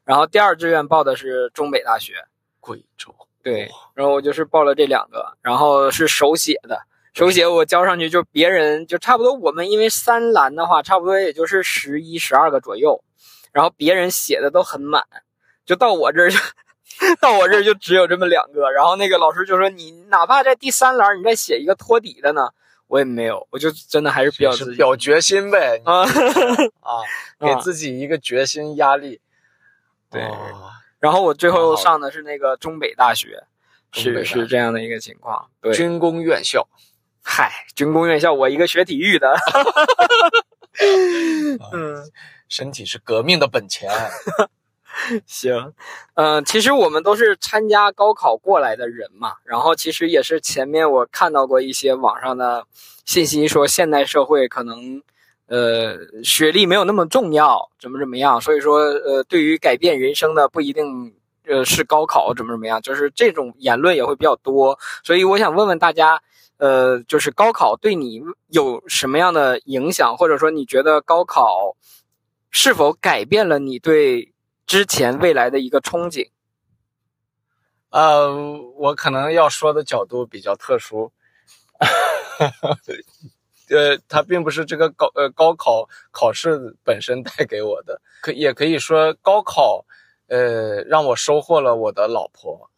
然后第2志愿报的是中北大学， 贵州。 对，然后我就是报了这2个，然后是手写的，手写我交上去就别人就差不多，我们因为3栏的话，差不多也就是11、12个左右，然后别人写的都很满，就到我这儿就只有这么2个，然后那个老师就说你哪怕在第3栏你再写一个托底的呢，我也没有，我就真的还是比较自己表决心呗给自己一个决心压力。 对，然后我最后上的是那个中北大学，是这样的一个情况。对， 军工院校。 嗨，军工院校，我一个学体育的。 身体是革命的本钱。 行，其实我们都是参加高考过来的人嘛，然后其实也是前面我看到过一些网上的信息说现代社会可能学历没有那么重要，怎么样，所以说对于改变人生的不一定是高考怎么样，就是这种言论也会比较多，所以我想问问大家就是高考对你有什么样的影响，或者说你觉得高考是否改变了你对之前未来的一个憧憬？ 我可能要说的角度比较特殊。它并不是这个高考考试本身带给我的，也可以说高考让我收获了我的老婆。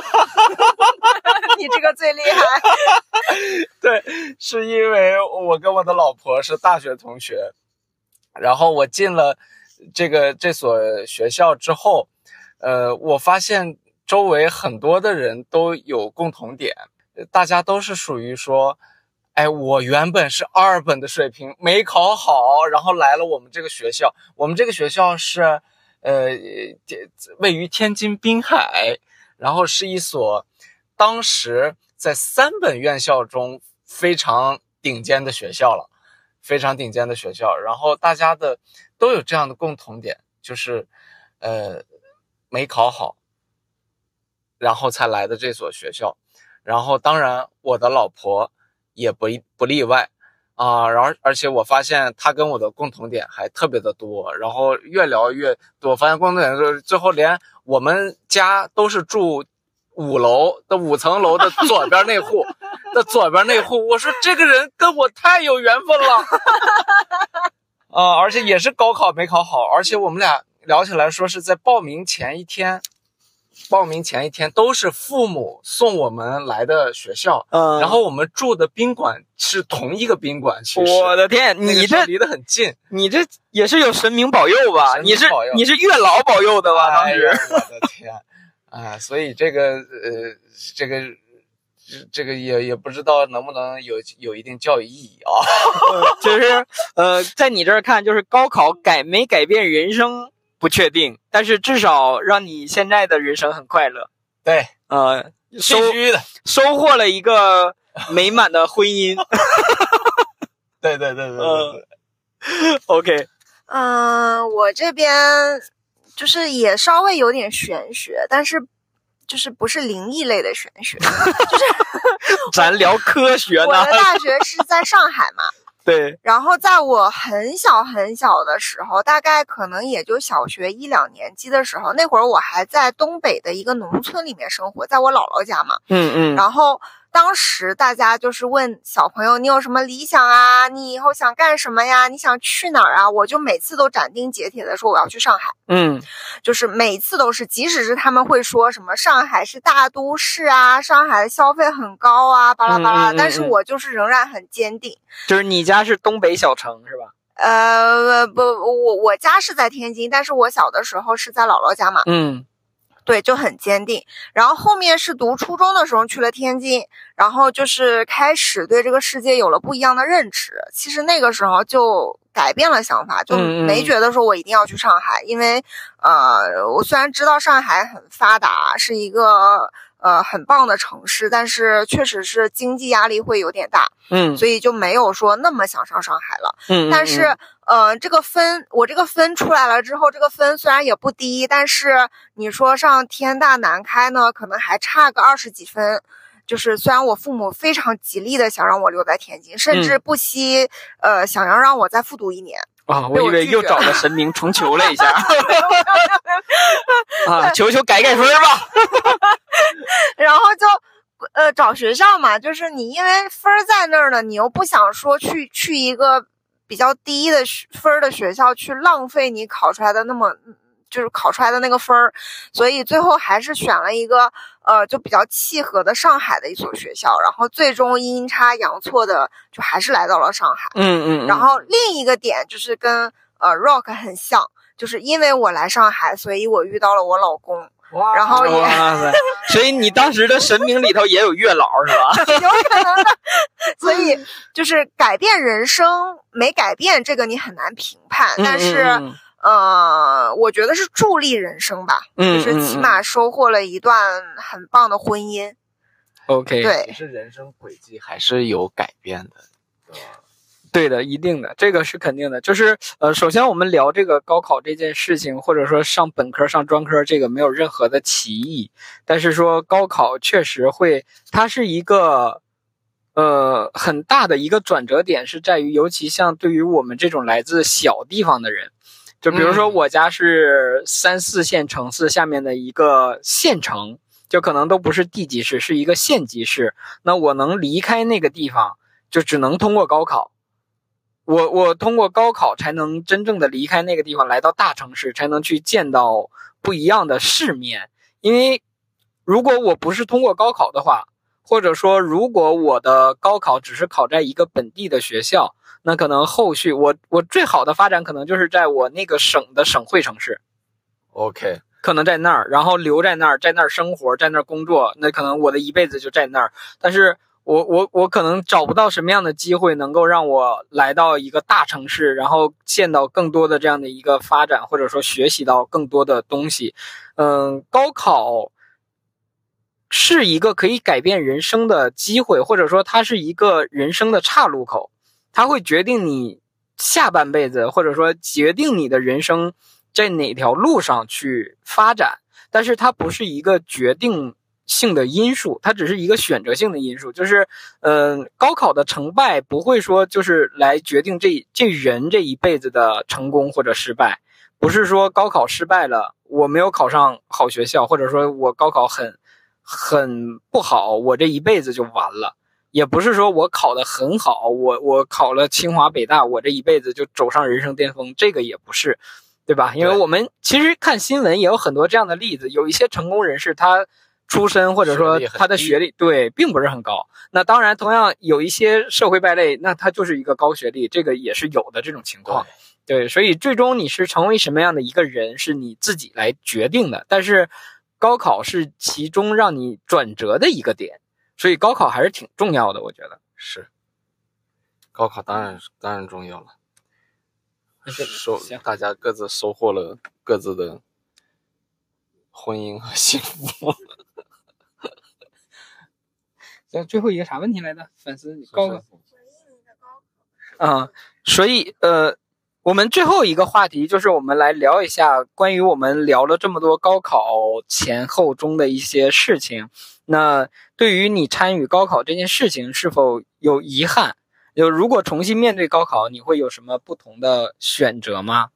你这个最厉害。 对，是因为我跟我的老婆是大学同学，然后我进了这所学校之后，我发现周围很多的人都有共同点，大家都是属于说，哎，我原本是2本的水平，没考好，然后来了我们这个学校。我们这个学校是位于天津滨海，然后是一所当时在3本院校中非常顶尖的学校了，非常顶尖的学校。然后大家的都有这样的共同点，就是没考好，然后才来的这所学校。然后当然我的老婆也不例外啊，然后而且我发现她跟我的共同点还特别的多，然后越聊越多，发现共同点最后连我们家都是住5楼的5层楼的左边那户我说这个人跟我太有缘分了。而且也是高考没考好，而且我们俩聊起来说是在报名前一天都是父母送我们来的学校，然后我们住的宾馆是同一个宾馆。其实我的天，你这离得很近， 你这也是有神明保佑吧？你是月老保佑的吧？当时， 我的天，所以这个也不知道能不能有一定教育意义啊。 就是在你这儿看，就是高考没改变人生不确定，但是至少让你现在的人生很快乐。 对，必须的， 收获了一个美满的婚姻。 对。 OK。 我这边就是也稍微有点玄学，但是就是不是灵异类的玄学，就是咱聊科学呢。 我的大学是在上海嘛。 对， 然后在我很小的时候，大概可能也就小学1、2年级的时候，那会儿我还在东北的一个农村里面生活，在我姥姥家嘛。然后当时大家就是问小朋友，你有什么理想啊？你以后想干什么呀？你想去哪儿啊？我就每次都斩钉截铁的说我要去上海。就是每次都是，即使是他们会说什么上海是大都市啊，上海的消费很高啊，巴拉巴拉，但是我就是仍然很坚定。 就是你家是东北小城是吧？ 不，我家是在天津，但是我小的时候是在姥姥家嘛。对，就很坚定。然后后面是读初中的时候去了天津，然后就是开始对这个世界有了不一样的认知。其实那个时候就改变了想法，就没觉得说我一定要去上海，因为我虽然知道上海很发达，是一个很棒的城市，但是确实是经济压力会有点大，所以就没有说那么想上上海了。但是我这个分出来了之后，这个分虽然也不低，但是你说上天大南开呢，可能还差个20几分。就是虽然我父母非常极力的想让我留在天津，甚至不惜想要让我再复读1年。 啊，我以为又找了神明重求了一下啊，求求改分吧。 然后就找学校嘛，就是你因为分在那儿呢，你又不想说去一个比较低的分的学校去浪费你考出来的那个分儿，所以最后还是选了一个就比较契合的上海的一所学校，然后最终阴差阳错的就还是来到了上海。然后另一个点就是跟Rock 很像，就是因为我来上海，所以我遇到了我老公。然后所以你当时的神明里头也有月老是吧？ 有可能的。所以就是改变人生没改变，这个你很难评判，但是我觉得是助力人生吧，就是起码收获了一段很棒的婚姻。 OK， 对， 其实人生轨迹还是有改变的，对吧？ 对的，一定的，这个是肯定的。就是首先我们聊这个高考这件事情，或者说上本科上专科，这个没有任何的歧义。但是说高考确实会，它是一个很大的一个转折点，是在于尤其像对于我们这种来自小地方的人，就比如说我家是3、4线城市下面的一个县城，就可能都不是地级市，是一个县级市。那我能离开那个地方，就只能通过高考。我通过高考才能真正的离开那个地方，来到大城市，才能去见到不一样的世面。因为如果我不是通过高考的话，或者说如果我的高考只是考在一个本地的学校，那可能后续我最好的发展可能就是在我那个省的省会城市。 OK， 可能在那儿，然后留在那儿，在那儿生活，在那儿工作，那可能我的一辈子就在那儿。但是我可能找不到什么样的机会能够让我来到一个大城市，然后见到更多的这样的一个发展，或者说学习到更多的东西。高考是一个可以改变人生的机会，或者说它是一个人生的岔路口，它会决定你下半辈子，或者说决定你的人生在哪条路上去发展。但是它不是一个决定性的因素，它只是一个选择性的因素。就是高考的成败不会说就是来决定这人这一辈子的成功或者失败，不是说高考失败了，我没有考上好学校，或者说我高考很不好，我这一辈子就完了。也不是说我考得很好，我考了清华北大，我这一辈子就走上人生巅峰，这个也不是，对吧？因为我们其实看新闻也有很多这样的例子，有一些成功人士他出身或者说他的学历对并不是很高，那当然同样有一些社会败类，那他就是一个高学历，这个也是有的这种情况。对，所以最终你是成为什么样的一个人是你自己来决定的，但是高考是其中让你转折的一个点，所以高考还是挺重要的，我觉得是。高考当然重要了，大家各自收获了各自的婚姻和幸福。 最后一个啥问题来着？粉丝高考所以我们最后一个话题就是我们来聊一下关于我们聊了这么多高考前后中的一些事情。那对于你参与高考这件事情是否有遗憾？就如果重新面对高考，你会有什么不同的选择吗？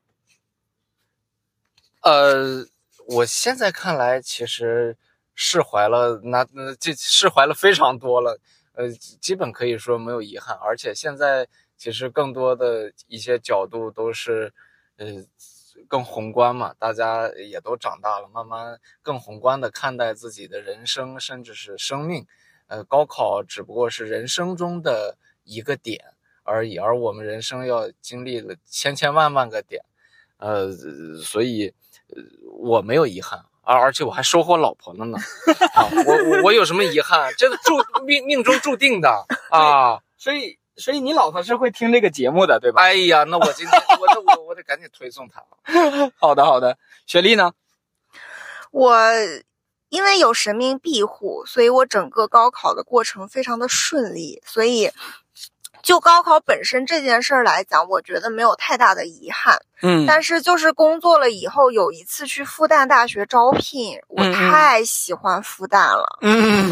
我现在看来其实释怀了，这释怀了非常多了，基本可以说没有遗憾。而且现在其实更多的一些角度都是更宏观嘛，大家也都长大了，慢慢更宏观的看待自己的人生甚至是生命。高考只不过是人生中的一个点而已，而我们人生要经历了千万个点，所以我没有遗憾，而且我还收获老婆了呢。我有什么遗憾？这个命中注定的啊！ 所以你老婆是会听这个节目的，对吧？ 哎呀，那我今天我得赶紧推送她了。 好的，雪莉呢？ 我因为有神明庇护，所以我整个高考的过程非常的顺利，所以就高考本身这件事儿来讲，我觉得没有太大的遗憾。但是就是工作了以后，有一次去复旦大学招聘，我太喜欢复旦了。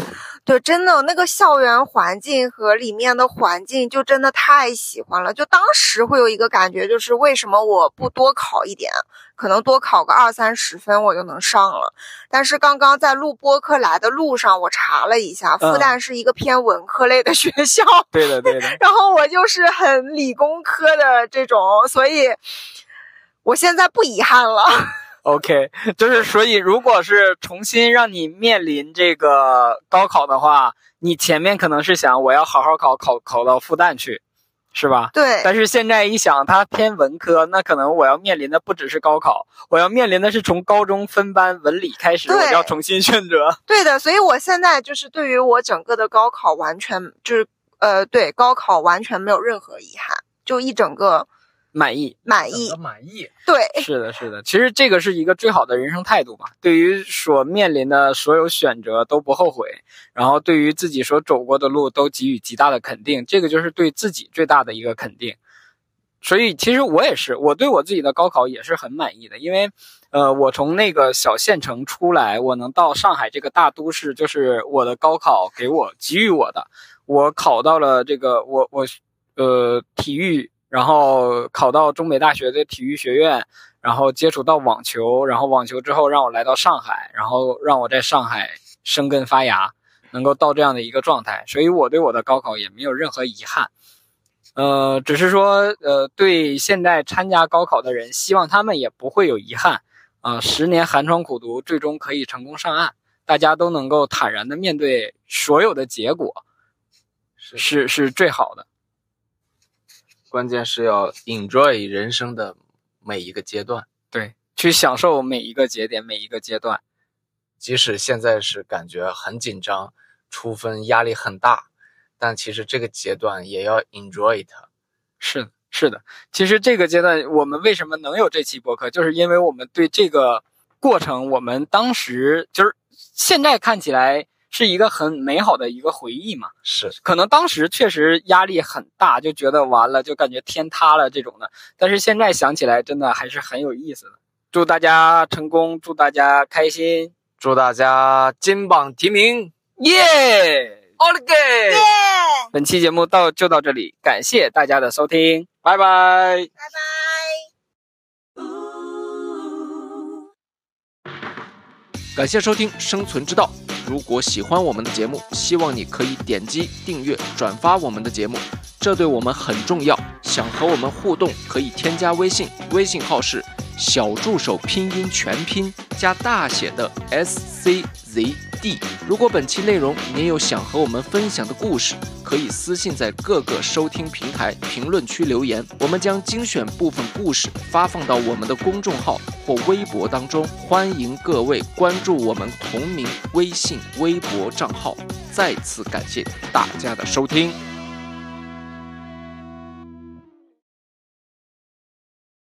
对，真的那个校园环境和里面的环境就真的太喜欢了。就当时会有一个感觉，就是为什么我不多考一点，可能多考个20-30分我就能上了。但是刚刚在录播课来的路上，我查了一下，复旦是一个偏文科类的学校。 对的。 然后我就是很理工科的这种，所以我现在不遗憾了。 OK， 就是所以如果是重新让你面临这个高考的话，你前面可能是想我要好好考到复旦去，是吧？ 对。 但是现在一想，它偏文科，那可能我要面临的不只是高考，我要面临的是从高中分班文理开始，我要重新选择。 对的，所以我现在就是对于我整个的高考完全就是对高考完全没有任何遗憾，就一整个满意。对， 是的。其实这个是一个最好的人生态度嘛，对于所面临的所有选择都不后悔，然后对于自己所走过的路都给予极大的肯定，这个就是对自己最大的一个肯定。所以其实我也是，我对我自己的高考也是很满意的，因为我从那个小县城出来，我能到上海这个大都市，就是我的高考给予我的。我考到了这个体育，然后考到中北大学的体育学院，然后接触到网球，然后网球之后让我来到上海，然后让我在上海生根发芽，能够到这样的一个状态，所以我对我的高考也没有任何遗憾。只是说对现在参加高考的人，希望他们也不会有遗憾10年寒窗苦读最终可以成功上岸，大家都能够坦然的面对所有的结果，是最好的。 关键是要 enjoy 人生的每一个阶段， 对，去享受每一个节点每一个阶段， 即使现在是感觉很紧张，出分压力很大，但其实这个阶段也要 enjoy 它。 是的，其实这个阶段我们为什么能有这期播客，就是因为我们对这个过程，我们当时就是现在看起来是一个很美好的一个回忆嘛。 是， 可能当时确实压力很大，就觉得完了，就感觉天塌了这种的，但是现在想起来真的还是很有意思的。祝大家成功，祝大家开心， 祝大家金榜题名， 耶！ 奥利给！ 耶！ 本期节目就到这里，感谢大家的收听，拜拜， 拜拜。 感谢收听《生存之道》。如果喜欢我们的节目，希望你可以点击订阅、转发我们的节目，这对我们很重要。想和我们互动，可以添加微信，微信号是小助手拼音全拼加大写的 SCZD。如果本期内容你也有想和我们分享的故事，可以私信在各个收听平台评论区留言，我们将精选部分故事发放到我们的公众号或微博当中，欢迎各位关注我们同名微信、微博账号。再次感谢大家的收听。